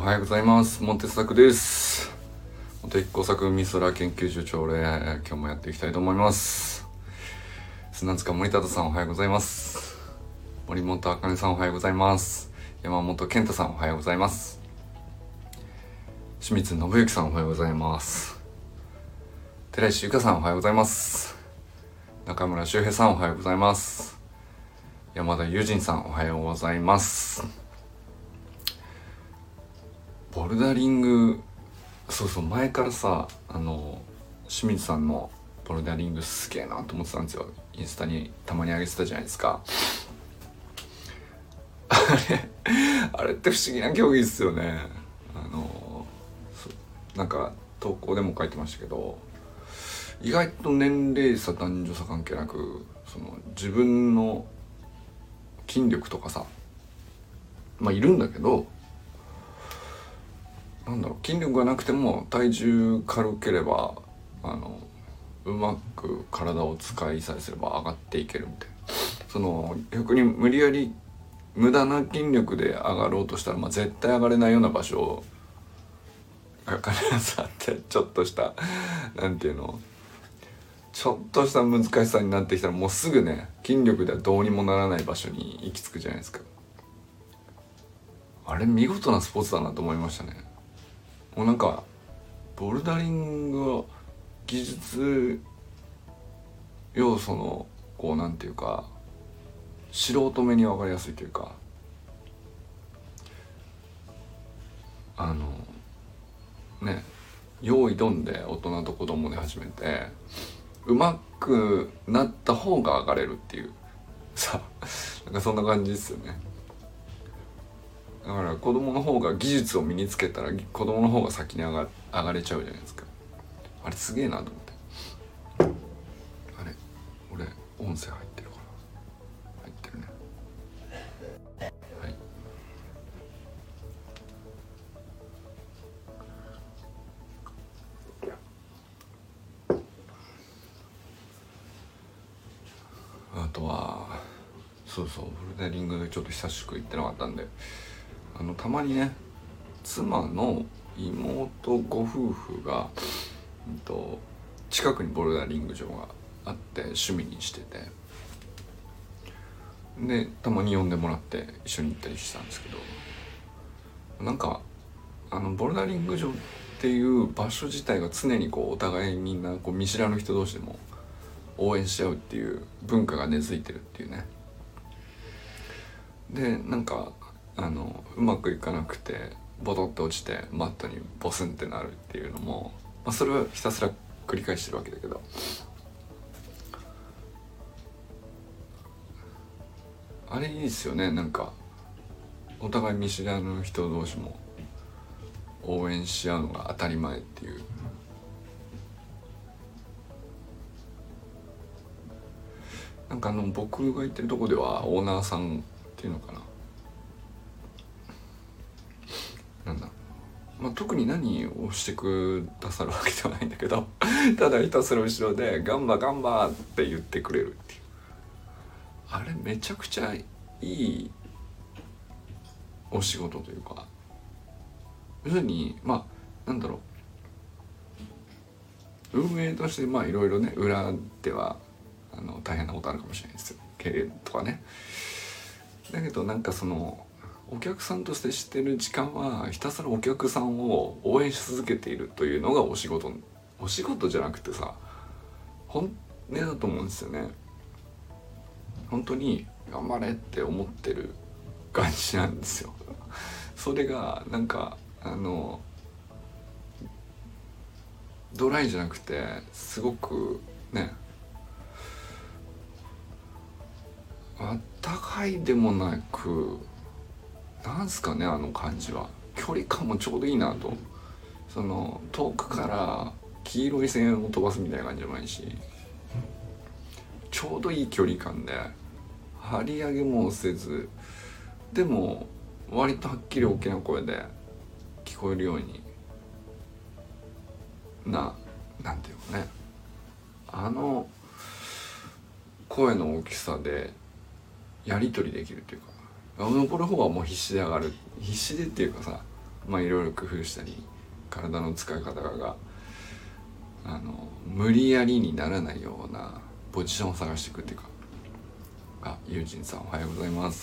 はようございます。モンテスタクです。モテ工作美空研究所長で今日もやっていきたいと思います。砂塚森忠さんおはようございます。森本茜さんおはようございます。山本健太さんおはようございます。清水信之さんおはようございます。寺石由香さんおはようございます。中村修平さんおはようございます。山田友人さんおはようございます。ボルダリング、前からさ清水さんのボルダリングすげえなと思ってたんですよ。インスタにたまに上げてたじゃないですか。あれって不思議な競技ですよね。なんか投稿でも書いてましたけど、意外と年齢差男女差関係なく自分の筋力とかさいるんだけど、筋力がなくても体重軽ければうまく体を使いさえすれば上がっていけるみたいな。逆に無理やり無駄な筋力で上がろうとしたら、絶対上がれないような場所が必ずあって、ちょっとしたちょっとした難しさになってきたらもうすぐね、筋力ではどうにもならない場所に行き着くじゃないですか。あれ見事なスポーツだなと思いましたね。もうボルダリングは技術要素の素人目に分かりやすいというか、用意どんで大人と子供で始めてうまくなった方が上がれるっていうさ、そんな感じですよね。だから子供の方が技術を身につけたら子供の方が先に上がれちゃうじゃないですか。あれすげえなと思って。あれ俺音声入ってるかな。入ってるね。はい。あとはボルダリングでちょっと久しく行ってなかったんで、たまにね、妻の妹ご夫婦が、近くにボルダリング場があって趣味にしてて、でたまに呼んでもらって一緒に行ったりしたんですけど、ボルダリング場っていう場所自体が常にお互いみんな見知らぬ人同士でも応援しちゃうっていう文化が根付いてるっていうね。でうまくいかなくてボトッと落ちてマットにボスンってなるっていうのも、それをひたすら繰り返してるわけだけど、あれいいですよね。お互い見知らぬ人同士も応援し合うのが当たり前っていう。僕が行ってるとこではオーナーさんっていうのかな、特に何をしてくださるわけではないんだけどただひたすら後ろでガンバガンバって言ってくれるっていう、あれめちゃくちゃいいお仕事というか、要するに運営としていろいろね、裏では大変なことあるかもしれないですよ、経営とかね。だけどお客さんとしてしてる時間はひたすらお客さんを応援し続けているというのがお仕事じゃなくてさ、本音だと思うんですよね。本当に頑張れって思ってる感じなんですよ。それがドライじゃなくてすごくね、あったかいでもなく、なんすかね、感じは距離感もちょうどいいなと。遠くから黄色い線を飛ばすみたいな感じじゃないし、ちょうどいい距離感で張り上げもせず、でも割とはっきり大きな声で聞こえるようになんていうのね、声の大きさでやり取りできるっていうか、登る方はもう必死で上がる、必死でっていうかさ、 いろいろ工夫したり体の使い方が無理やりにならないようなポジションを探していくっていうか、友人さんおはようございます。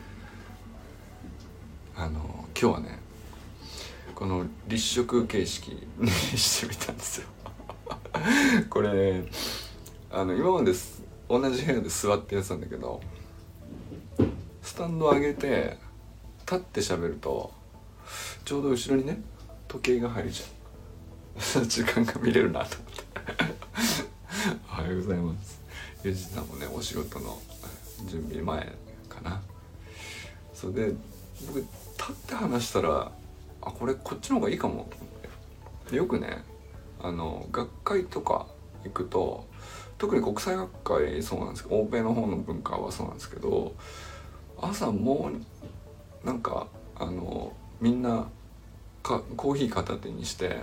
今日はねこの立食形式にしてみたんですよこれ今まで同じ部屋で座ってやってたんだけど、スタンド上げて立って喋るとちょうど後ろにね時計が入るじゃん時間が見れるなと思っておはようございます。ゆうじさんもねお仕事の準備前かな。それで僕立って話したらこれこっちの方がいいかもと思って、よくね学会とか行くと、特に国際学会そうなんですけど、欧米の方の文化はそうなんですけど、朝もうなんかみんなコーヒー片手にして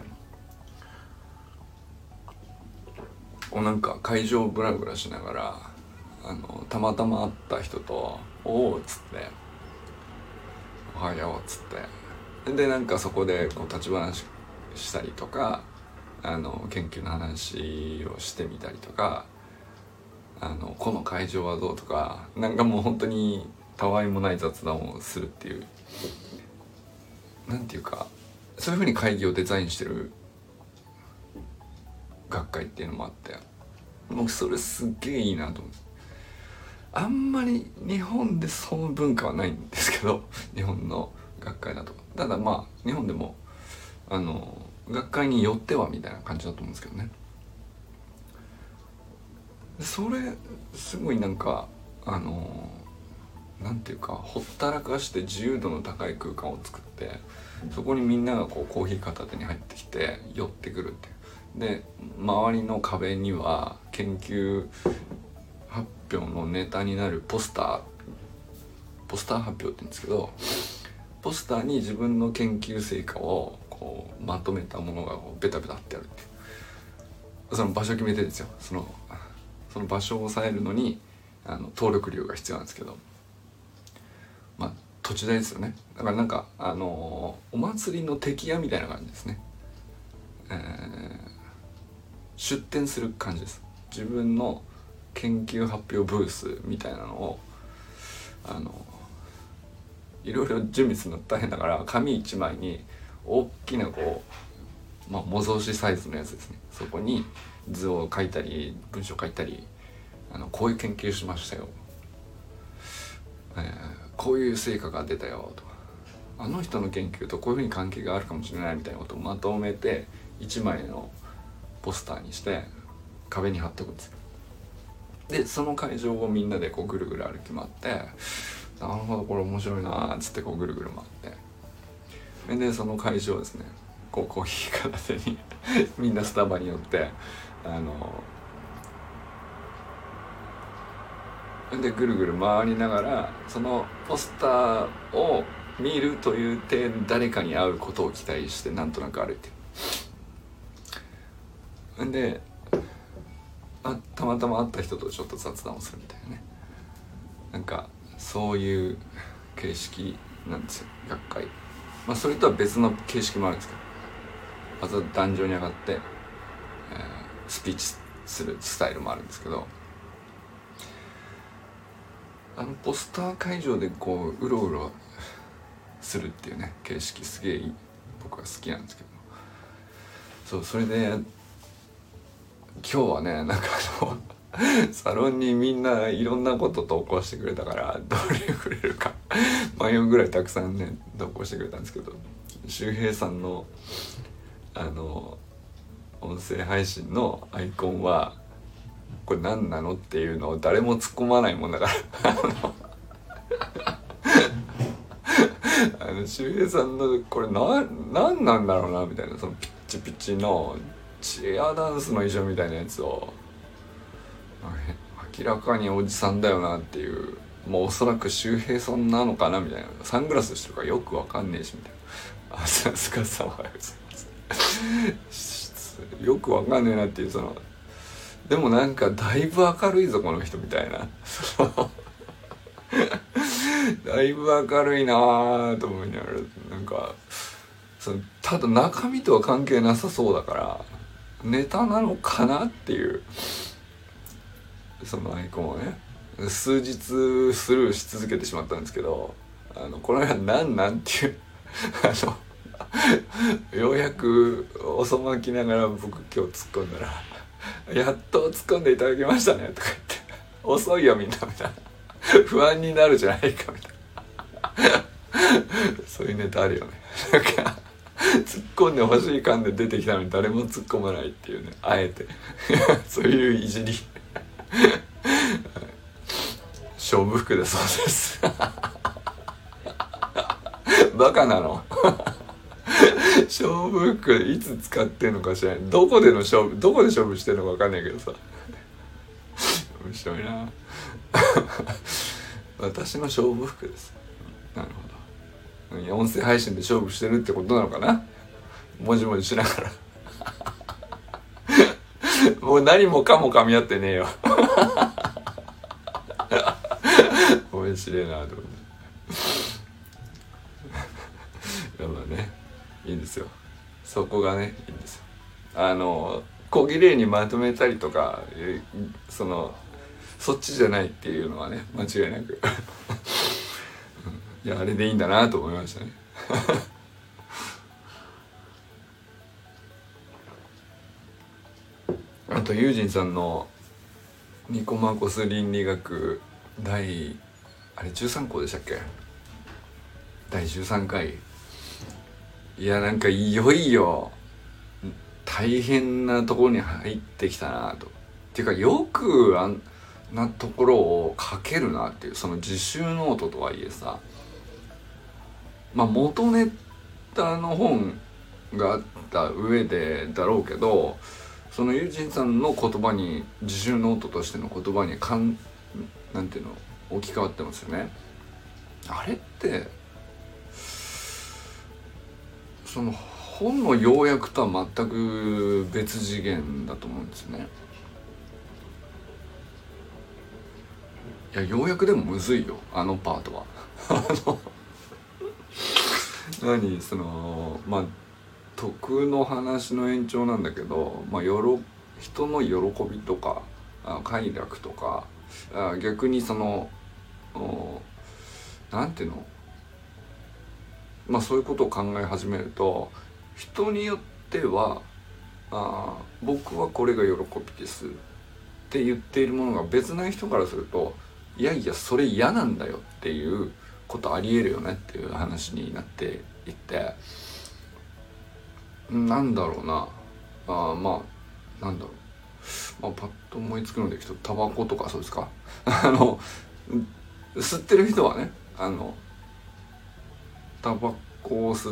なんか会場をブラブラしながらたまたま会った人と「おお」っつって「おはよう」っつってでなんかそこでこう立ち話したりとか研究の話をしてみたりとかこの会場はどうとか、なんかもう本当にたわいもない雑談をするっていう、なんていうかそういう風に会議をデザインしてる学会っていうのもあって、僕それすっげえいいなと思って。あんまり日本でその文化はないんですけど、日本の学会だと。ただ日本でも学会によってはみたいな感じだと思うんですけどね。それすごいなんかなんていうかほったらかして自由度の高い空間を作って、そこにみんながこうコーヒー片手に入ってきて寄ってくるっていう。で周りの壁には研究発表のネタになるポスター発表って言うんですけど、ポスターに自分の研究成果をこうまとめたものがこうベタベタってあるっていう。その場所決めてですよ。その場所を押さえるのに登録料が必要なんですけど、土地代ですよね。だからなんかお祭りの敵屋みたいな感じですね。出店する感じです。自分の研究発表ブースみたいなのをいろいろ準備するの大変だから、紙1枚に大きなこう模造紙サイズのやつですね。そこに図を書いたり文章書いたり、こういう研究しましたよ、こういう成果が出たよとか、あの人の研究とこういうふうに関係があるかもしれないみたいなことをまとめて1枚のポスターにして壁に貼っておくんですよ。でその会場をみんなでこうぐるぐる歩き回って、なるほどこれ面白いなーっつってこうぐるぐる回って、でその会場をですねこうコーヒー片手にみんなスタバに寄ってでぐるぐる回りながら、そのポスターを見るという点誰かに会うことを期待してなんとなく歩いてる。でたまたま会った人とちょっと雑談をするみたいなね、なんかそういう形式なんですよ学会。それとは別の形式もあるんですけど、まず壇上に上がって、スピーチするスタイルもあるんですけど、ポスター会場でこううろうろするっていうね形式すげえ僕は好きなんですけど、それで今日はねなんかサロンにみんないろんなこと投稿してくれたから、どれ触れるか迷うぐらいたくさんね投稿してくれたんですけど、周平さんの音声配信のアイコンはこれ何なのっていうのを誰も突っ込まないもんだから周平さんのこれ何なんだろうなみたいな、そのピッチピチのチアダンスの衣装みたいなやつを明らかにおじさんだよなっていう、もうおそらく周平さんなのかなみたいな、サングラスしてるからよくわかんねえしみたいな、さすがさんおはようございますよくわかんねえなっていう、でもなんかだいぶ明るいぞこの人みたいなだいぶ明るいなと思いながら、なんかただ中身とは関係なさそうだからネタなのかなっていうそのアイコンをね数日スルーし続けてしまったんですけど、この間なんっていうようやく遅まきながら僕今日突っ込んだらやっと突っ込んでいただきましたねとか言って遅いよみんなみたいな不安になるじゃないかみたいなそういうネタあるよね。なんか突っ込んでほしい感で出てきたのに誰も突っ込まないっていうね、あえてそういういじり勝負服でそうですバカなの勝負服いつ使ってんのか知らない。どこで勝負してんのか分かんないけどさ面白いな私の勝負服です。なるほど。音声配信で勝負してるってことなのかな。もじもじしながらもう何もかも噛み合ってねえよ面白いなと思ってやっぱねいいんですよ。そこがねいいんですよ。小綺麗にまとめたりとかそっちじゃないっていうのはね間違いなくいやあれでいいんだなと思いましたねあとユージンさんのニコマコス倫理学第13項でしたっけ、第13回。いやなんかいよいよ大変なところに入ってきたなと。っていうかよくあんなところを書けるなっていう、その自習ノートとはいえさ、まあ元ネタの本があった上でだろうけど、その友人さんの言葉に自習ノートとしての言葉になんていうの置き換わってますよね。あれってその本の要約とは全く別次元だと思うんですよね。いや要約でもむずいよあのパートはまあ徳の話の延長なんだけど、まあ、人の喜びとか快楽とか逆になんていうの、まあそういうことを考え始めると、人によっては僕はこれが喜びですって言っているものが別な人からするといやいやそれ嫌なんだよっていうことありえるよねっていう話になっていって、なんだろうな、まあなんだろう、まあ、パッと思いつくのでタバコとかそうですか吸ってる人はねタバコを吸って、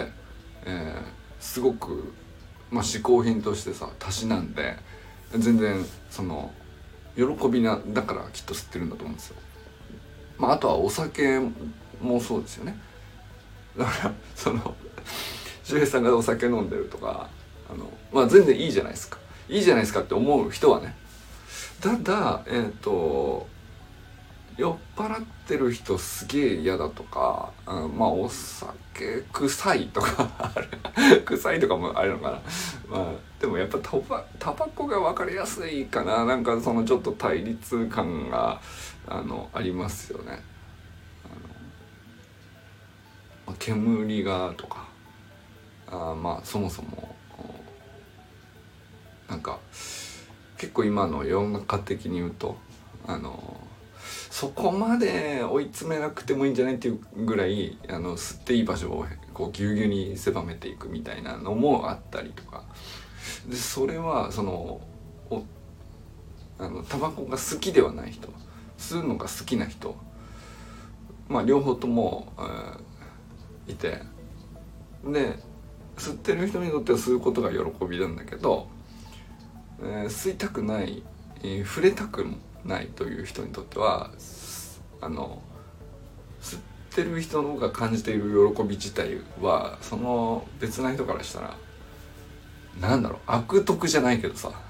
すごく、まあ、嗜好品としてさたしなんで全然喜びだからきっと吸ってるんだと思うんですよ。まああとはお酒もそうですよね。だから周平さんがお酒飲んでるとかまあ全然いいじゃないですか、いいじゃないですかって思う人はね。ただ酔っ払ってる人すげえ嫌だとか、まあお酒臭いとかある臭いとかもあるのかな。まあでもやっぱタバコが分かりやすいかな。なんかちょっと対立感がありますよね。煙がとかまあそもそもなんか結構今の世の中的に言うとそこまで追い詰めなくてもいいんじゃないっていうぐらい吸っていい場所をこうぎゅうぎゅうに狭めていくみたいなのもあったりとかで、それはタバコが好きではない人、吸うのが好きな人、まあ両方とも、いて、で吸ってる人にとっては吸うことが喜びなんだけど、吸いたくない、触れたくもないという人にとっては吸ってる人のが感じている喜び自体は別な人からしたらなんだろう、悪徳じゃないけどさ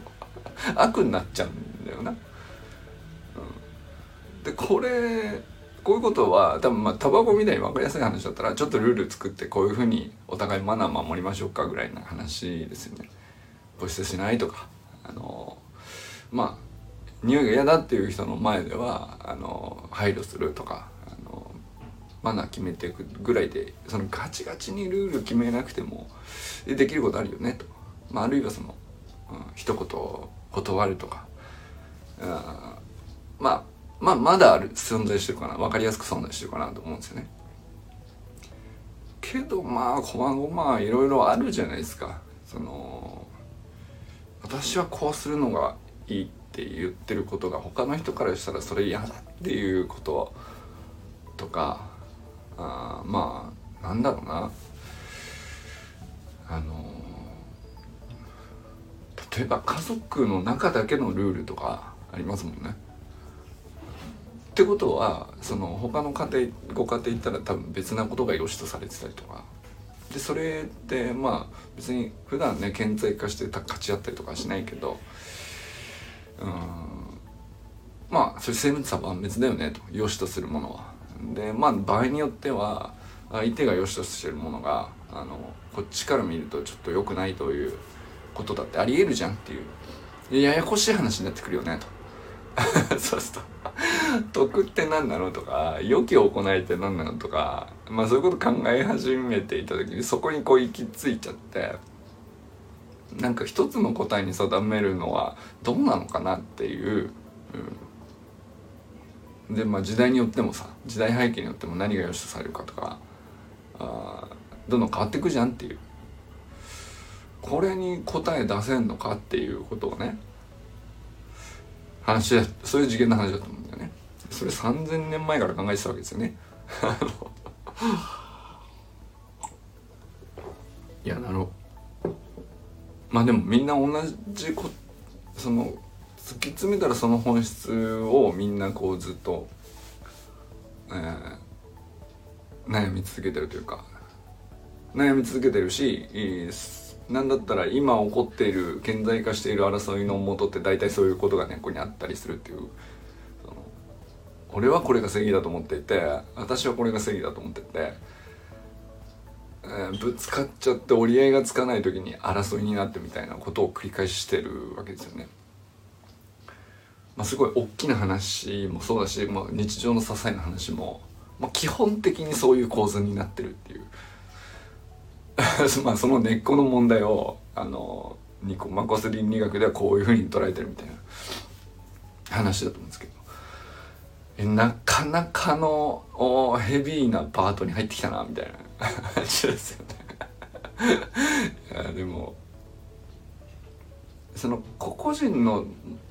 悪になっちゃうんだよな。でこれこういうことは多分タバコみたいに分かりやすい話だったらちょっとルール作ってこういうふうにお互いマナー守りましょうかぐらいな話ですよね。ポイ捨てしないとか匂いが嫌だっていう人の前では配慮するとかマナー決めていくぐらいで、そのガチガチにルール決めなくてもできることあるよねと、あるいは一言断るとか、まだ存在してるかな、分かりやすく存在してるかなと思うんですよね。けどこまごまいろいろあるじゃないですか。私はこうするのがいいって言ってることが他の人からしたらそれ嫌だっていうこととか、なんだろうな、例えば家族の中だけのルールとかありますもんね。ってことは他のご家庭行ったら多分別なことが良しとされてたりとかで、それって別に普段ね顕在化して勝ち合ったりとかはしないけど、そういう生物差万別だよねと、良しとするものは。で場合によっては相手が良しとしてるものがこっちから見るとちょっと良くないということだってありえるじゃんっていうややこしい話になってくるよねとそうすると徳って何なのとか良き行いって何なのとか、そういうこと考え始めていた時にそこに行き着いちゃって、なんか一つの答えに定めるのはどうなのかなっていう、で時代によっても時代背景によっても何が良しとされるかとかどんどん変わっていくじゃんっていう、これに答え出せんのかっていうことをねそういう次元の話だと思うんだよね。それ3000年前から考えてたわけですよねいやでもみんな同じ突き詰めたらその本質をみんなずっと、悩み続けてるというか悩み続けてるし、なんだったら今起こっている顕在化している争いの元って大体そういうことが根っこにあったりするっていう、俺はこれが正義だと思っていて私はこれが正義だと思っていて、ぶつかっちゃって折り合いがつかない時に争いになってみたいなことを繰り返してるわけですよね。すごい大きな話もそうだし、日常の些細な話も、基本的にそういう構図になってるっていうその根っこの問題をニコマコス倫理学ではこういうふうに捉えてるみたいな話だと思うんですけど、なかなかのヘビーなパートに入ってきたなみたいな話ですよねいやでも個々人の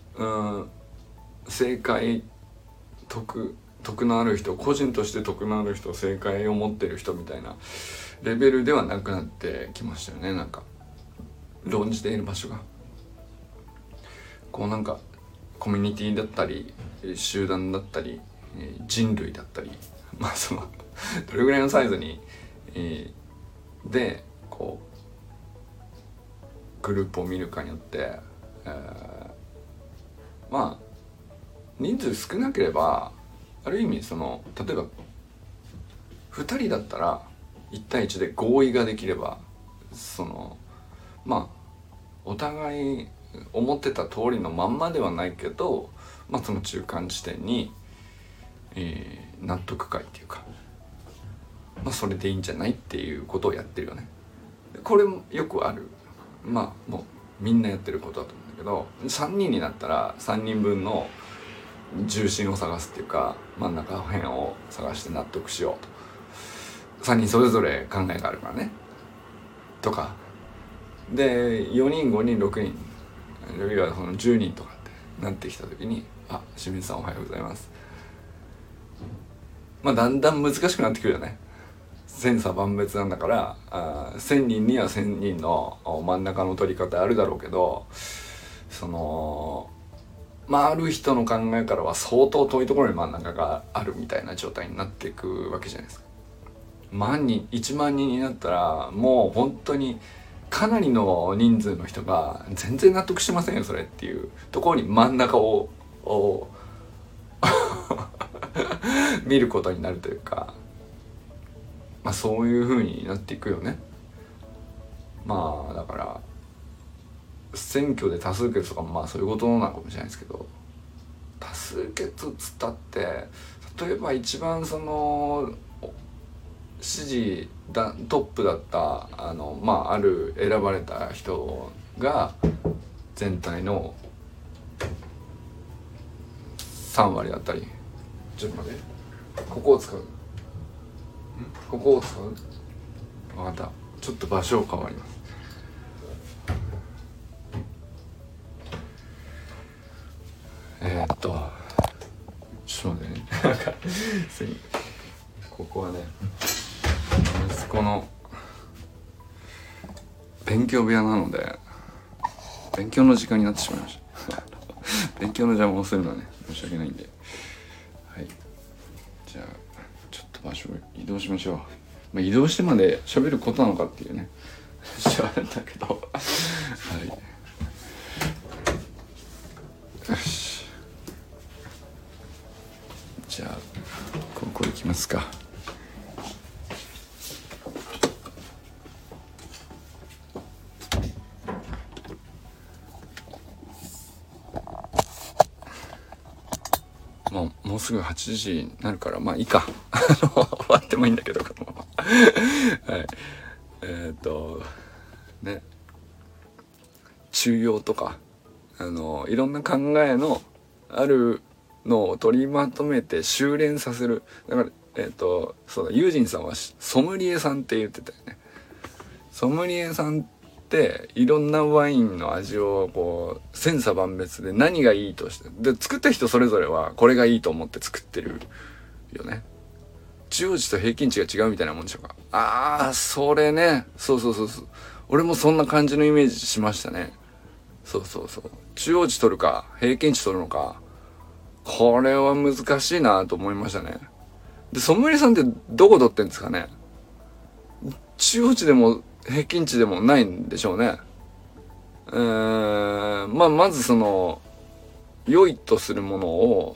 正解得のある人、個人として得のある人、正解を持ってる人みたいなレベルではなくなってきましたよね。なんか論じている場所がコミュニティだったり集団だったり人類だったりどれぐらいのサイズにでグループを見るかによって人数少なければある意味例えば2人だったら1対1で合意ができればお互い思ってた通りのまんまではないけどその中間地点に、納得感っていうかそれでいいんじゃないっていうことをやってるよね。これもよくあるもうみんなやってることだと思うんだけど、3人になったら3人分の重心を探すっていうか真ん中辺を探して納得しようと、3人それぞれ考えがあるからねとかで4人5人6人あるいは10人とかってなってきた時に清水さんおはようございます、だんだん難しくなってくるよね。千差万別なんだから1000人には1000人の真ん中の取り方あるだろうけどある人の考えからは相当遠いところに真ん中があるみたいな状態になっていくわけじゃないですか。1万人になったらもう本当にかなりの人数の人が全然納得してませんよそれっていうところに真ん中を見ることになるというか、まあそういう風になっていくよね。まあだから選挙で多数決とかもまあそういうことなのかもしれないですけど、多数決つったって例えば一番その支持だトップだったある選ばれた人が全体の3割だったり、ちょっと待って、ここを使う分かった、ちょっと場所を変わります。ちょっと待ってねここはね息子の勉強部屋なので勉強の時間になってしまいました勉強の邪魔をするのはね申し訳ないんで、はい、じゃあちょっと場所を移動しましょう。まあ、移動してまで喋ることなのかっていうね話はあるんだけどはい、よし、じゃあここ行きますか。もうすぐ8時になるからまあいいか終わってもいいんだけどこのままはいね、中庸とかいろんな考えのあるのを取りまとめて修練させる。だからそうだ、ユージンさんはソムリエさんって言ってたよね。ソムリエさんっていろんなワインの味をこう千差万別で何がいいとしてで作った人それぞれはこれがいいと思って作ってるよね。中央値と平均値が違うみたいなもんでしょうか。ああ、それね、そう俺もそんな感じのイメージしましたね。そう中央値取るか平均値取るのか、これは難しいなと思いましたね。でソムリエさんってどこ取ってんですかね。中央値でも平均値でもないんでしょうね。まずその良いとするものを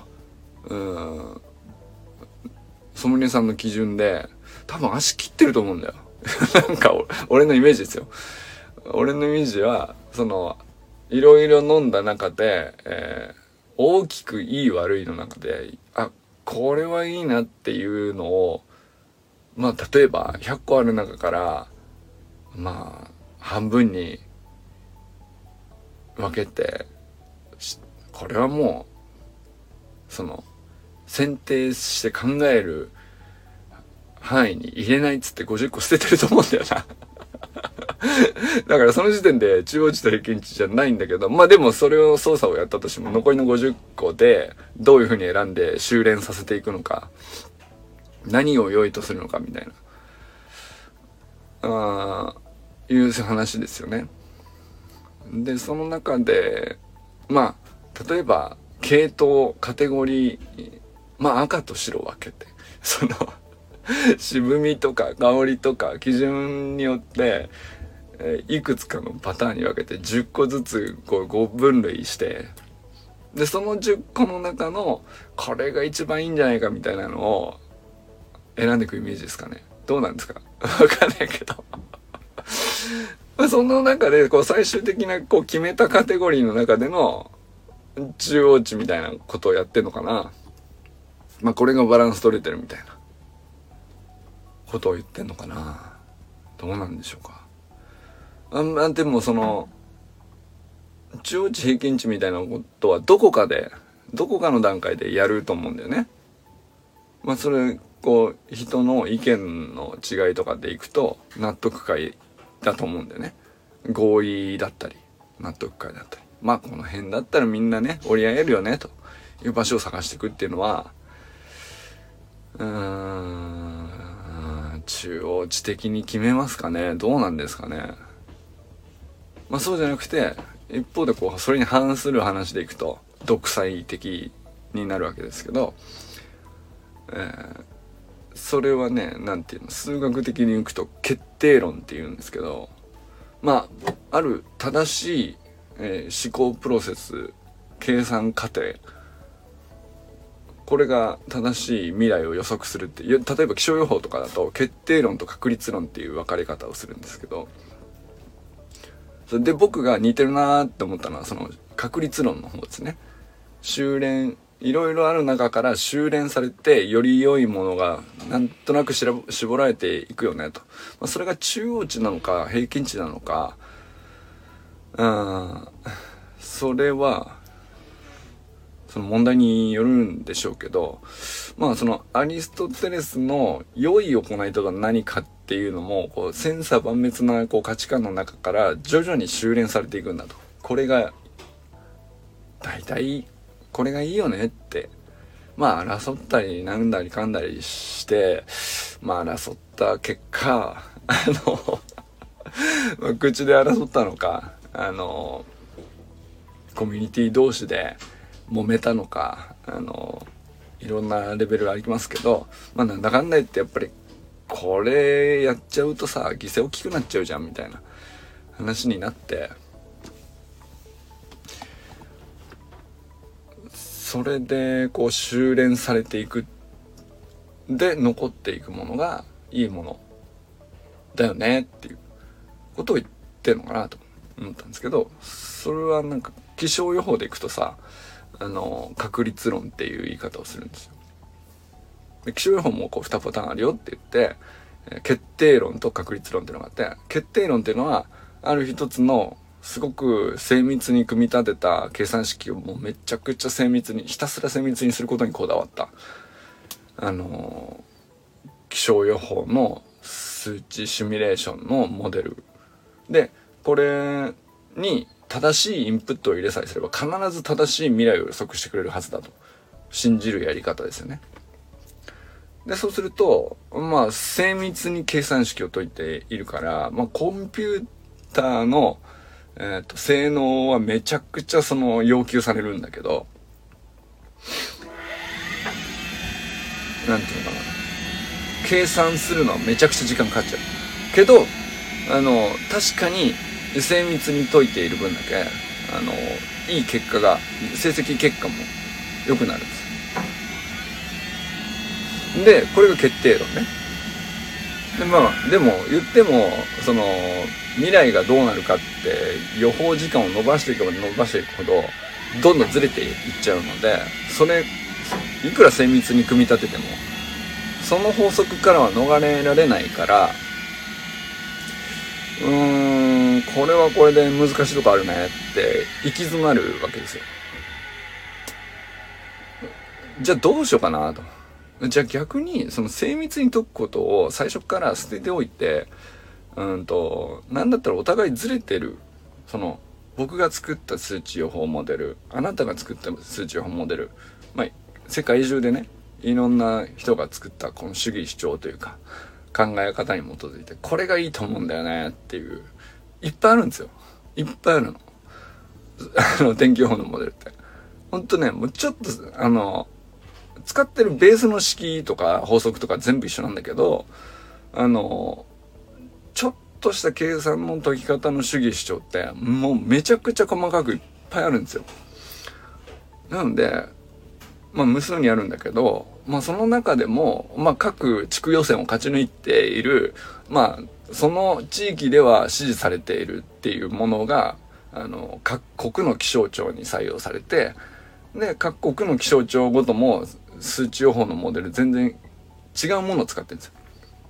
ソムリエさんの基準で多分足切ってると思うんだよなんか俺のイメージですよ。俺のイメージはそのいろいろ飲んだ中で、大きくいい悪いの中でこれはいいなっていうのをまあ例えば100個ある中からまあ半分に分けてこれはもうその選定して考える範囲に入れないっつって50個捨ててると思うんだよなだからその時点で中央値と平均値じゃないんだけど、まあでもそれを操作をやったとしても残りの50個でどういうふうに選んで修練させていくのか、何を良いとするのかみたいないう話ですよね。でその中でまあ例えば系統カテゴリー、まあ赤と白を分けてその渋みとか香りとか基準によっていくつかのパターンに分けて10個ずつこう5分類して、でその10個の中のこれが一番いいんじゃないかみたいなのを選んでいくイメージですかね。どうなんですか分かんないけどその中でこう最終的なこう決めたカテゴリーの中での中央値みたいなことをやってんのかな。まあこれがバランス取れてるみたいなことを言ってんのかな。どうなんでしょうか。でもその中央値平均値みたいなことはどこかの段階でやると思うんだよね。まあそれこう人の意見の違いとかでいくと納得感だと思うんだよね。合意だったり納得感だったり、まあこの辺だったらみんなね折り合えるよねという場所を探していくっていうのは中央値的に決めますかね。どうなんですかね。まあそうじゃなくて一方でこうそれに反する話でいくと独裁的になるわけですけど、それはねなんていうの、数学的にいくと決定論っていうんですけど、まあある正しい、思考プロセス計算過程、 これが正しい未来を予測するって例えば気象予報とかだと決定論と確率論っていう分かれ方をするんですけど、それで僕が似てるなーって思ったのはその確率論の方ですね。修練いろいろある中から修練されてより良いものがなんとなく絞られていくよねと、それが中央値なのか平均値なのか、それはその問題によるんでしょうけど、そのアリストテレスの良い行いとは何かっていうのもこう千差万別な価値観の中から徐々に修練されていくんだと。これが大体これがいいよねって争ったりなんだりかんだりして争った結果口で争ったのかコミュニティ同士で揉めたのかいろんなレベルありますけど、なんだかんだ言ってやっぱりこれやっちゃうとさ犠牲大きくなっちゃうじゃんみたいな話になって、それで修練されていくで残っていくものがいいものだよねっていうことを言ってるのかなと思ったんですけど、それはなんか気象予報でいくとさ確率論っていう言い方をするんですよ。で気象予報も2パターンあるよって言って決定論と確率論っていうのがあって、決定論っていうのはある一つのすごく精密に組み立てた計算式をもうめちゃくちゃ精密にひたすら精密にすることにこだわった気象予報の数値シミュレーションのモデルで、これに正しいインプットを入れさえすれば必ず正しい未来を予測してくれるはずだと信じるやり方ですよね。でそうすると精密に計算式を解いているから、コンピューターの性能はめちゃくちゃ要求されるんだけど、なんていうのかな、計算するのはめちゃくちゃ時間かかっちゃうけど確かに精密に解いている分だけいい結果が成績結果も良くなるんですで、これが決定論ね。ででも言っても未来がどうなるかって予報時間を伸ばしていけば伸ばしていくほどどんどんずれていっちゃうので、それいくら精密に組み立ててもその法則からは逃れられないから、これはこれで難しいとこあるねって行き詰まるわけですよ。じゃあどうしようかなと。じゃあ逆に精密に解くことを最初から捨てておいて、なんだったらお互いずれてる僕が作った数値予報モデル、あなたが作った数値予報モデル、世界中でねいろんな人が作ったこの主義主張というか考え方に基づいてこれがいいと思うんだよねっていういっぱいあるんですよ。いっぱいあるの天気予報のモデルってほんとね、もうちょっと使ってるベースの式とか法則とか全部一緒なんだけどちょっとした計算の解き方の主義主張ってもうめちゃくちゃ細かくいっぱいあるんですよ。なので無数にあるんだけど、その中でも各地区予選を勝ち抜いているその地域では支持されているっていうものが各国の気象庁に採用されて、で各国の気象庁ごとも数値予報のモデル全然違うものを使ってるんですよ。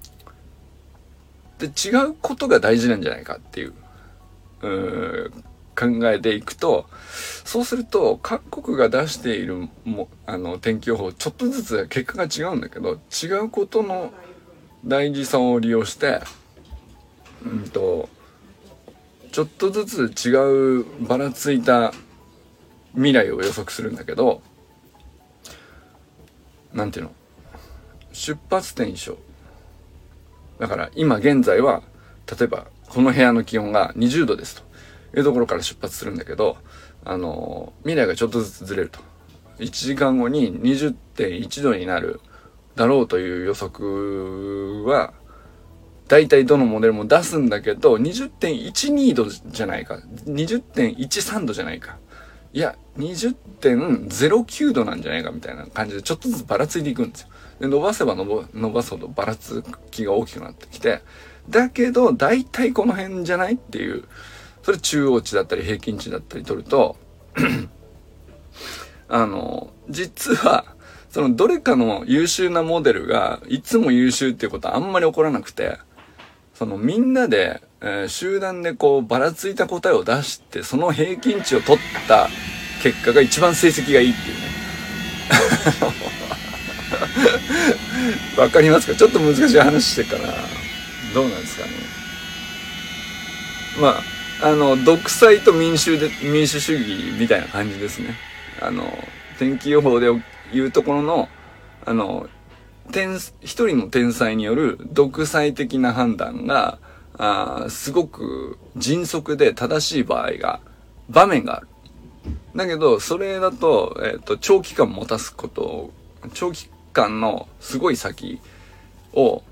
で違うことが大事なんじゃないかっていう考えでいくと、そうすると各国が出している天気予報ちょっとずつ結果が違うんだけど、違うことの大事さを利用してちょっとずつ違うばらついた未来を予測するんだけど、なんていうの、出発点一緒だから、今現在は例えばこの部屋の気温が20度ですというところから出発するんだけど、未来がちょっとずつずれると1時間後に 20.1 度になるだろうという予測は大体どのモデルも出すんだけど 20.12 度じゃないか 20.13 度じゃないかいや 20.09 度なんじゃないかみたいな感じでちょっとずつばらついていくんですよ。で伸ばせば伸ばすほどばらつきが大きくなってきて、だけど大体この辺じゃないっていう、それ中央値だったり平均値だったり取ると実はそのどれかの優秀なモデルがいつも優秀っていうことはあんまり起こらなくて、そのみんなで、集団でこうばらついた答えを出してその平均値を取った結果が一番成績がいいっていうねわかりますか？ちょっと難しい話してるかな。どうなんですかね。まあ独裁と民主主義みたいな感じですね。天気予報でいうところの一人の天才による独裁的な判断がすごく迅速で正しい場面がある。だけどそれだと、長期間持たすこと、長期間のすごい先を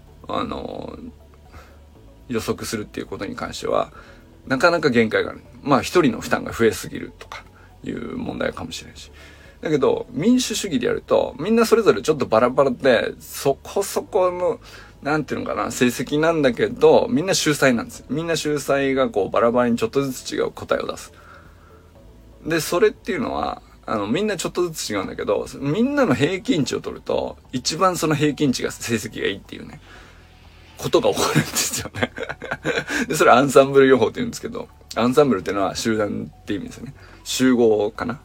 予測するっていうことに関してはなかなか限界がある。まあ一人の負担が増えすぎるとかいう問題かもしれないし、だけど民主主義でやるとみんなそれぞれちょっとバラバラでそこそこのなんていうのかな成績なんだけど、みんな秀才なんですよ。みんな秀才がこうバラバラにちょっとずつ違う答えを出す。でそれっていうのはみんなちょっとずつ違うんだけど、みんなの平均値を取ると一番その平均値が成績がいいっていうねことが起こるんですよねでそれアンサンブル予報って言うんですけど、アンサンブルっていうのは集団って意味ですよね。集合かな。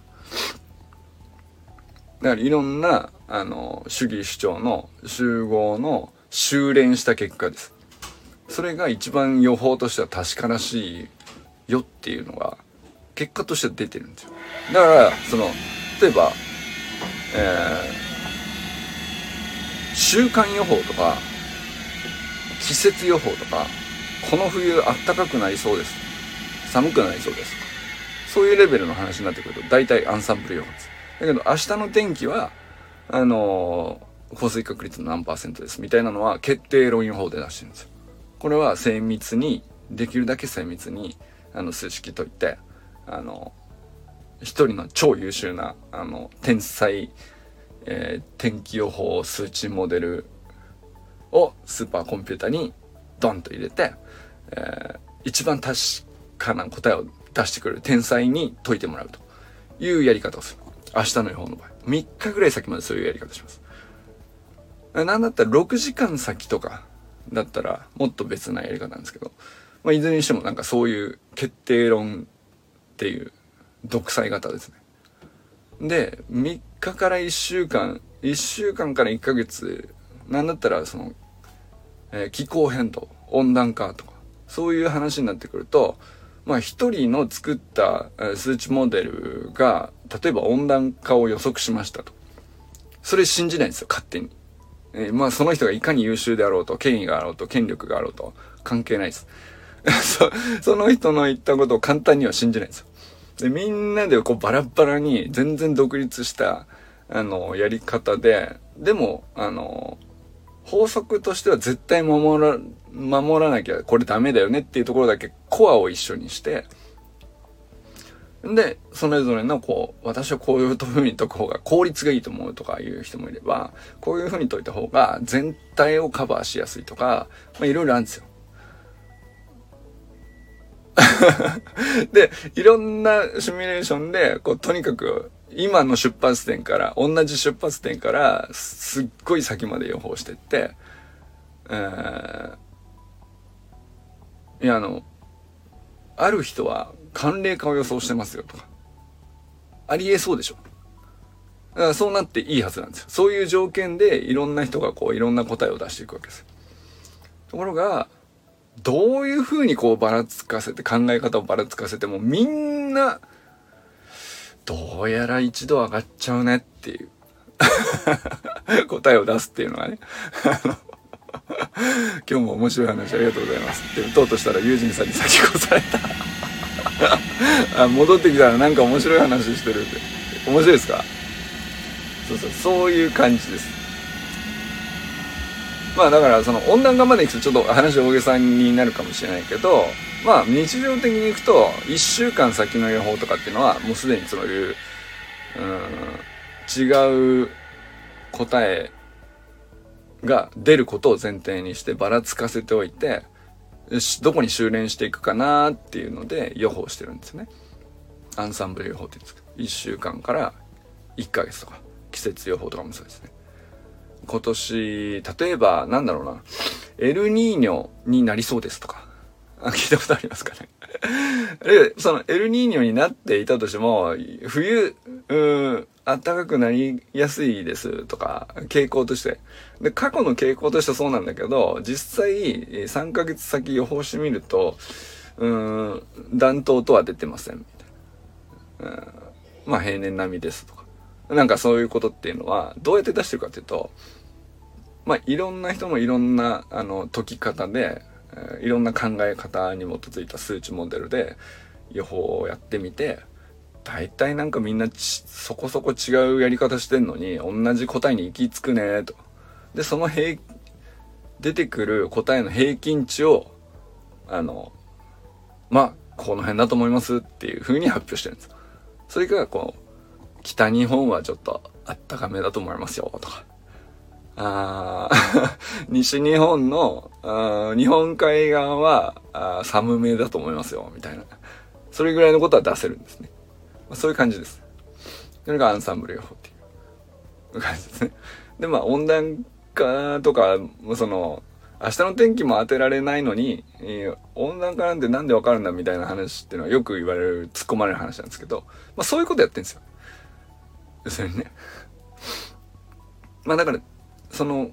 だからいろんな主義主張の集合の修練した結果です。それが一番予報としては確からしいよっていうのが結果として出てるんですよ。だから例えば、週間予報とか季節予報とか、この冬あったかくなりそうです、寒くなりそうですとか、そういうレベルの話になってくると大体アンサンブル予報です。だけど明日の天気は降水確率の何%ですみたいなのは決定論予報で出してるんですよ。これは精密に、できるだけ精密に数式解いて一人の超優秀な天才、天気予報数値モデルをスーパーコンピューターにドンと入れて、一番確かな答えを出してくれる天才に解いてもらうというやり方をする。明日の予報の場合3日ぐらい先までそういうやり方します。なんだったら6時間先とかだったらもっと別なやり方なんですけど、いずれにしてもなんかそういう決定論っていう独裁型ですね。で3日から1週間から1ヶ月、なんだったら気候変動、温暖化とかそういう話になってくると、一人の作った数値モデルが例えば温暖化を予測しましたと、それ信じないんですよ勝手に。その人がいかに優秀であろうと、権威があろうと、権力があろうと関係ないですその人の言ったことを簡単には信じないんですよ。でみんなでこうバラバラに全然独立したやり方で、でも法則としては絶対守らなきゃこれダメだよねっていうところだけコアを一緒にして、でそれぞれの私はこういう風に解く方が効率がいいと思うとかいう人もいれば、こういう風に解いた方が全体をカバーしやすいとか、いろいろあるんですよでいろんなシミュレーションでとにかく今の出発点から同じ出発点からすっごい先まで予報してって、ある人は寒冷化を予想してますよとかありえそうでしょ。だからそうなっていいはずなんですよ。そういう条件でいろんな人がいろんな答えを出していくわけです。ところがどういうふうにばらつかせて、考え方をばらつかせてもみんなどうやら一度上がっちゃうねっていう答えを出すっていうのがね今日も面白い話ありがとうございますって打とうとしたら友人さんに先越された戻ってきたらなんか面白い話してるって。面白いですか？そういう感じです。 まあだからその温暖化までいくとちょっと話大げさになるかもしれないけど、まあ日常的にいくと1週間先の予報とかっていうのはもうすでにそういう違う答えが出ることを前提にしてばらつかせておいて、どこに修練していくかなっていうので予報してるんですよね。アンサンブル予報って言うんですか。1週間から1ヶ月とか季節予報とかもそうですね。今年例えばなんだろうな、エルニーニョになりそうですとか聞いたことありますかね。でそのエルニーニョになっていたとしても冬暖かくなりやすいですとか傾向としてで、過去の傾向としてはそうなんだけど、実際3ヶ月先予報してみると暖冬とは出てませんみたいな、まあ平年並みですとか、なんかそういうことっていうのはどうやって出してるかっていうと、まあいろんな人のいろんな解き方でいろんな考え方に基づいた数値モデルで予報をやってみて、大体なんかみんなそこそこ違うやり方してんのに同じ答えに行き着くねと。でその出てくる答えの平均値をまあこの辺だと思いますっていう風に発表してるんです。それがこう北日本はちょっとあったかめだと思いますよとか、西日本の日本海側は寒めだと思いますよみたいな、それぐらいのことは出せるんですね。そういう感じです。それがアンサンブル予報っていう感じですね。でまあ温暖化とかその明日の天気も当てられないのに、温暖化なんてなんでわかるんだみたいな話っていうのはよく言われる突っ込まれる話なんですけど、まあそういうことやってるんですよ。要するにね。まあだからその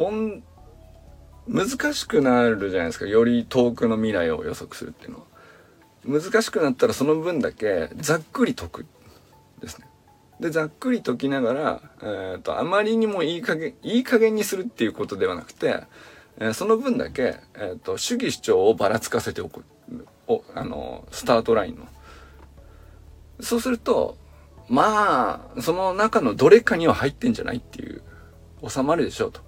難しくなるじゃないですか。より遠くの未来を予測するっていうのは。難しくなったらその分だけざっくり解くですね。でざっくり解きながら、あまりにもいい加減にするっていうことではなくて、その分だけ、主義主張をばらつかせておくスタートラインの。そうするとまあその中のどれかには入ってんじゃないっていう、収まるでしょうと、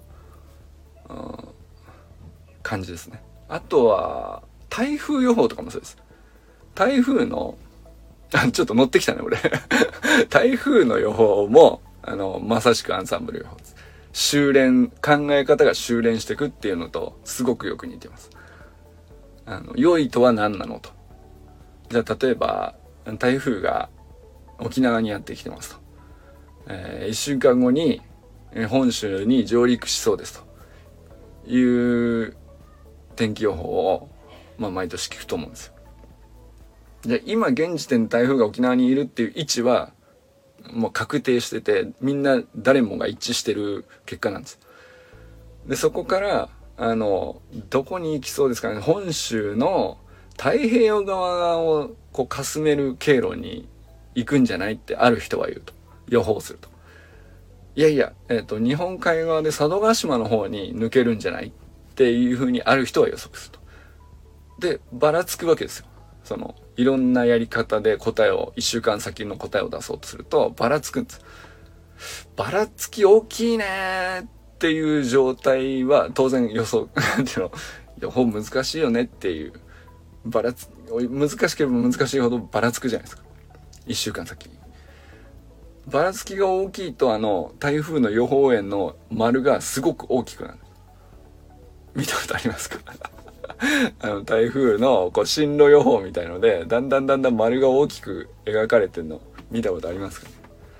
感じですね。あとは台風予報とかもそうです。台風のちょっと乗ってきたね俺台風の予報もまさしくアンサンブル予報です。考え方が修練していくっていうのとすごくよく似てます。良いとは何なのと。じゃあ例えば台風が沖縄にやってきてますと、1週間後に本州に上陸しそうですという天気予報を、まあ、毎年聞くと思うんですよ。で今現時点で台風が沖縄にいるっていう位置はもう確定してて、みんな誰もが一致してる結果なんです。でそこからどこに行きそうですかね。本州の太平洋側をこうかすめる経路に行くんじゃないってある人は言うと、予報すると。いやいや、日本海側で佐渡島の方に抜けるんじゃないっていう風にある人は予測すると。でばらつくわけですよ。そのいろんなやり方で答えを1週間先の答えを出そうとするとばらつくんです。ばらつき大きいねっていう状態は当然予報難しいよねっていう、難しければ難しいほどばらつくじゃないですか。1週間先ばらつきが大きいと台風の予報円の丸がすごく大きくなる。見たことありますか台風のこう進路予報みたいのでだんだん丸が大きく描かれてるの見たことありますかね。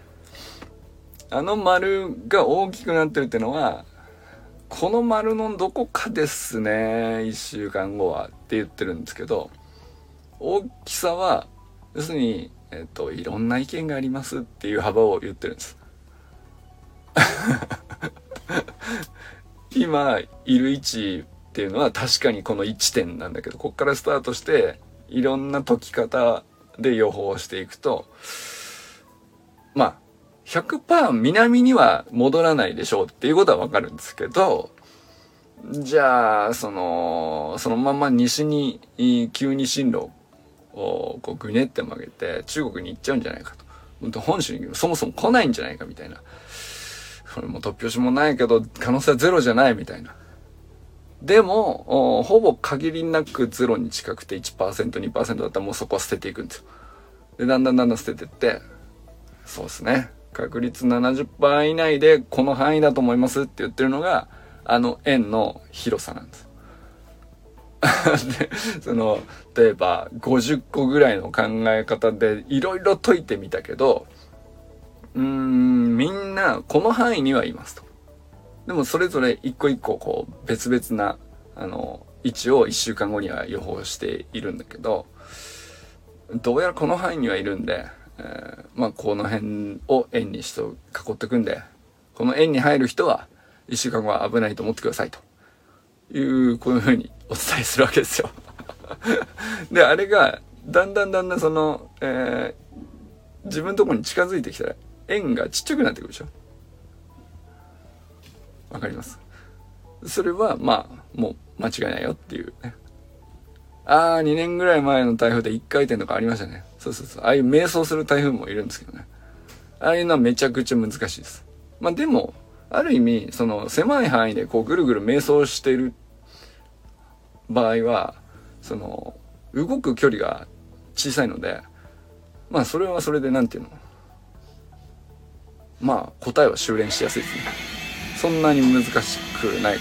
丸が大きくなってるってのはこの丸のどこかですね1週間後はって言ってるんですけど、大きさは要するにいろんな意見がありますっていう幅を言ってるんです今いる位置っていうのは確かにこの1点なんだけど、こっからスタートしていろんな解き方で予報していくと、まあ 100% 南には戻らないでしょうっていうことはわかるんですけど、じゃあそのまま西に急に進路をこうぐねって曲げて中国に行っちゃうんじゃないかと、本州にそもそも来ないんじゃないかみたいな、これも突拍子もないけど可能性はゼロじゃないみたいなでもほぼ限りなくゼロに近くて 1%、2% だったらもうそこは捨てていくんですよ。でだんだん捨ててって、そうですね、確率 70% 以内でこの範囲だと思いますって言ってるのが円の広さなんです。で例えば50個ぐらいの考え方でいろいろ解いてみたけど、みんなこの範囲にはいますと。でもそれぞれ一個一個こう別々な位置を1週間後には予報しているんだけど、どうやらこの範囲にはいるんで、この辺を円にして囲っていくんで、この円に入る人は1週間後は危ないと思ってくださいというこういう風にお伝えするわけですよ。であれがだんだん自分のところに近づいてきたら円がちっちゃくなってくるでしょ。わかります？それはもう間違いないよっていうね。2年ぐらい前の台風で1回転とかありましたね。そうああいう迷走する台風もいるんですけどね。ああいうのはめちゃくちゃ難しいです。でもある意味狭い範囲でこうぐるぐる迷走している場合は動く距離が小さいので、それはそれでなんていうの、答えは修練しやすいですね。そんなに難しくないかもしれないです。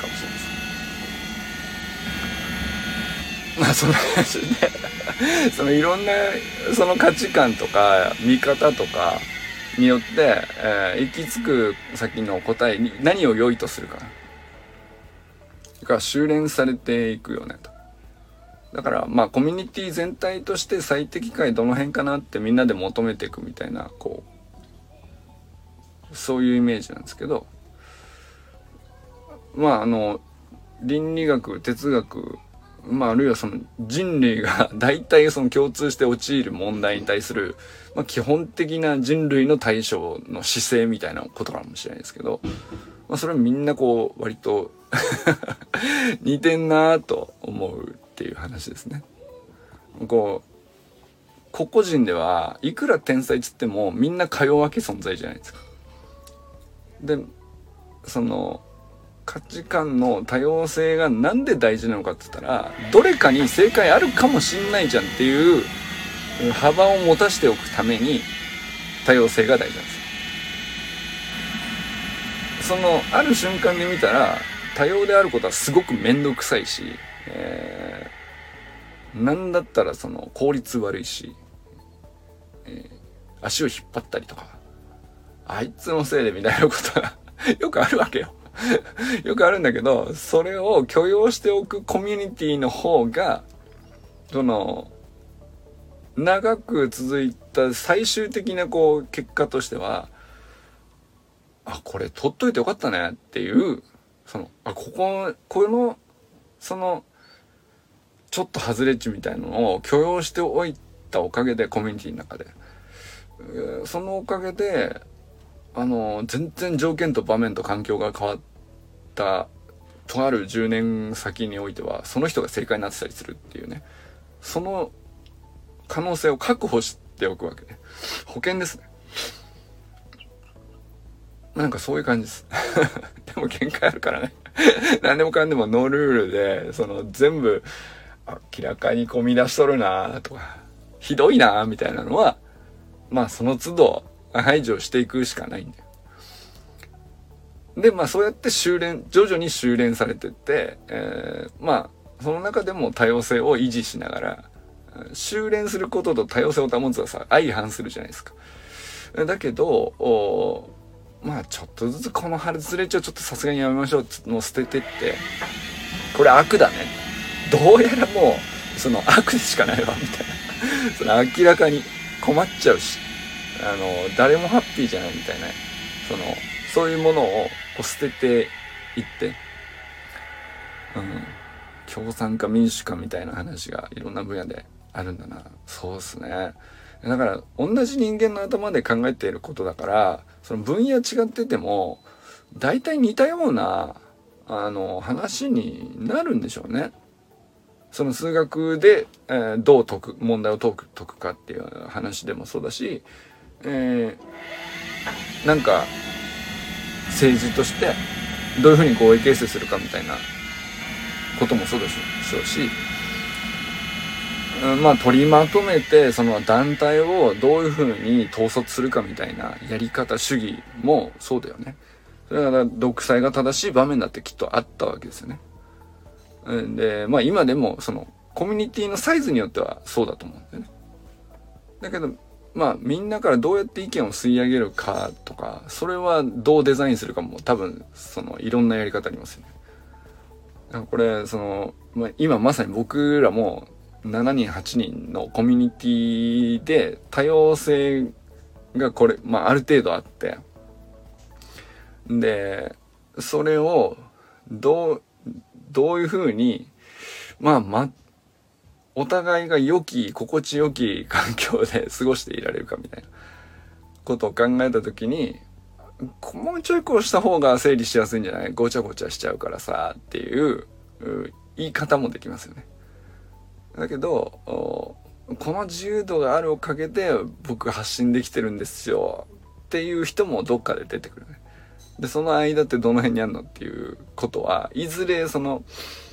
その話でいろんな価値観とか見方とかによって、行き着く先の答えに何を良いとするかが修練されていくよねと。だからコミュニティ全体として最適解どの辺かなってみんなで求めていくみたいなそういうイメージなんですけど、倫理学、哲学、あるいは人類が大体共通して陥る問題に対する、基本的な人類の対処の姿勢みたいなことかもしれないですけど、それはみんな割と似てんなと思うっていう話ですね。個々人ではいくら天才っつってもみんなか弱き存在じゃないですか。で価値観の多様性がなんで大事なのかって言ったら、どれかに正解あるかもしんないじゃんっていう幅を持たせておくために多様性が大事なんです。ある瞬間で見たら多様であることはすごく面倒くさいし、なんだったら効率悪いし、足を引っ張ったりとか、あいつのせいでみたいなことがよくあるわけよ。よくあるんだけど、それを許容しておくコミュニティの方が長く続いた最終的な結果としては、これ取っといてよかったねっていうこのちょっと外れ値みたいなのを許容しておいたおかげで、コミュニティの中でそのおかげで全然条件と場面と環境が変わったとある10年先においてはその人が正解になってたりするっていうね、その可能性を確保しておくわけで、保険ですね。そういう感じですでも限界あるからね何でもかんでもノールールで全部明らかに込み出しとるなとかひどいなみたいなのはその都度排除していくしかないんだよ。でそうやって徐々に修練されてって、その中でも多様性を維持しながら、修練することと多様性を保つは相反するじゃないですか。だけどちょっとずつこの外れ値をちょっとさすがにやめましょうってのを捨ててって、これ悪だね、どうやらもう悪でしかないわみたいな明らかに困っちゃうし誰もハッピーじゃないみたいなそういうものを捨てていって、共産か民主かみたいな話がいろんな分野であるんだな。そうですね。だから同じ人間の頭で考えていることだから、分野違ってても大体似たような話になるんでしょうね。数学で、どう問題を解くかっていう話でもそうだし、政治としてどういうふうに合意形成するかみたいなこともそうでしょうし、まあ取りまとめてその団体をどういうふうに統率するかみたいなやり方主義もそうだよね。それから独裁が正しい場面だってきっとあったわけですよね。でまあ今でもそのコミュニティのサイズによってはそうだと思うんだよね。だけどまあみんなからどうやって意見を吸い上げるかとか、それはどうデザインするかも多分そのいろんなやり方ありますよね。だからこれその、まあ、今まさに僕らも7人8人のコミュニティで多様性がこれ、まあある程度あって、でそれをどういうふうにお互いが心地よき環境で過ごしていられるかみたいなことを考えたときに、もうちょいこうした方が整理しやすいんじゃない？ごちゃごちゃしちゃうからさっていう言い方もできますよね。だけどこの自由度があるおかげで僕発信できてるんですよっていう人もどっかで出てくるね。でその間ってどの辺にあるのっていうことはいずれその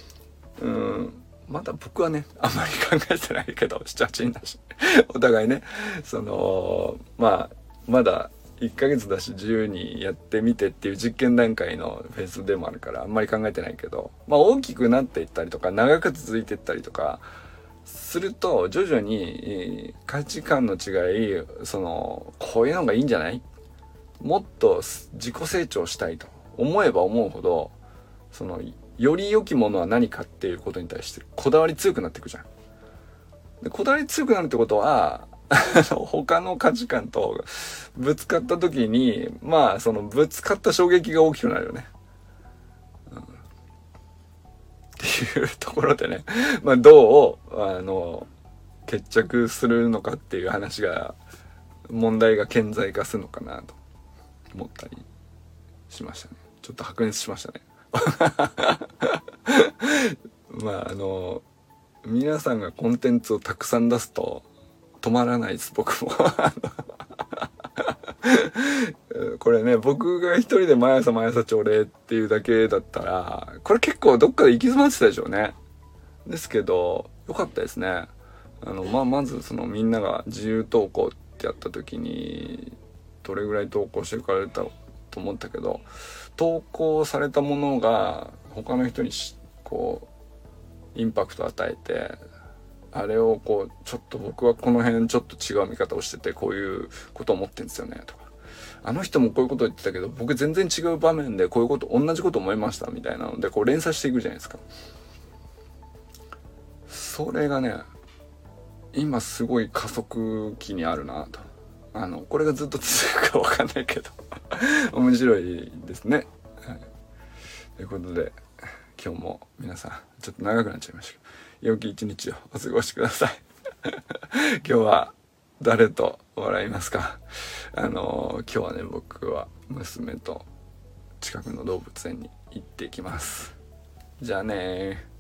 まだ僕はねあんまり考えてないけど7、8人だしお互いねそのまだ1ヶ月だし自由にやってみてっていう実験段階のフェーズでもあるからあんまり考えてないけど、大きくなっていったりとか長く続いていったりとかすると徐々に価値観の違いそのこういうのがいいんじゃない？もっと自己成長したいと思えば思うほどそのより良きものは何かっていうことに対してこだわり強くなっていくじゃん。でこだわり強くなるってことは他の価値観とぶつかった時にそのぶつかった衝撃が大きくなるよね。っていうところでねどう決着するのかっていう話が問題が顕在化するのかなと思ったりしましたね。ちょっと白熱しましたね。皆さんがコンテンツをたくさん出すと止まらないです僕もこれね僕が一人で毎朝朝礼っていうだけだったらこれ結構どっかで行き詰まってたでしょうね。ですけどよかったですね。まずそのみんなが自由投稿ってやった時にどれぐらい投稿してくれたと思ったけど、投稿されたものが他の人にこうインパクトを与えて、あれをこうちょっと僕はこの辺ちょっと違う見方をしててこういうことを思ってんですよねとか、あの人もこういうこと言ってたけど僕全然違う場面でこういうこと同じこと思いましたみたいなのでこう連鎖していくじゃないですか。それがね今すごい加速期にあるなと。これがずっと続くか分かんないけど面白いですね、はい、ということで今日も皆さんちょっと長くなっちゃいましたけど良き一日をお過ごしください今日は誰と笑いますか？今日はね僕は娘と近くの動物園に行ってきます。じゃあねー。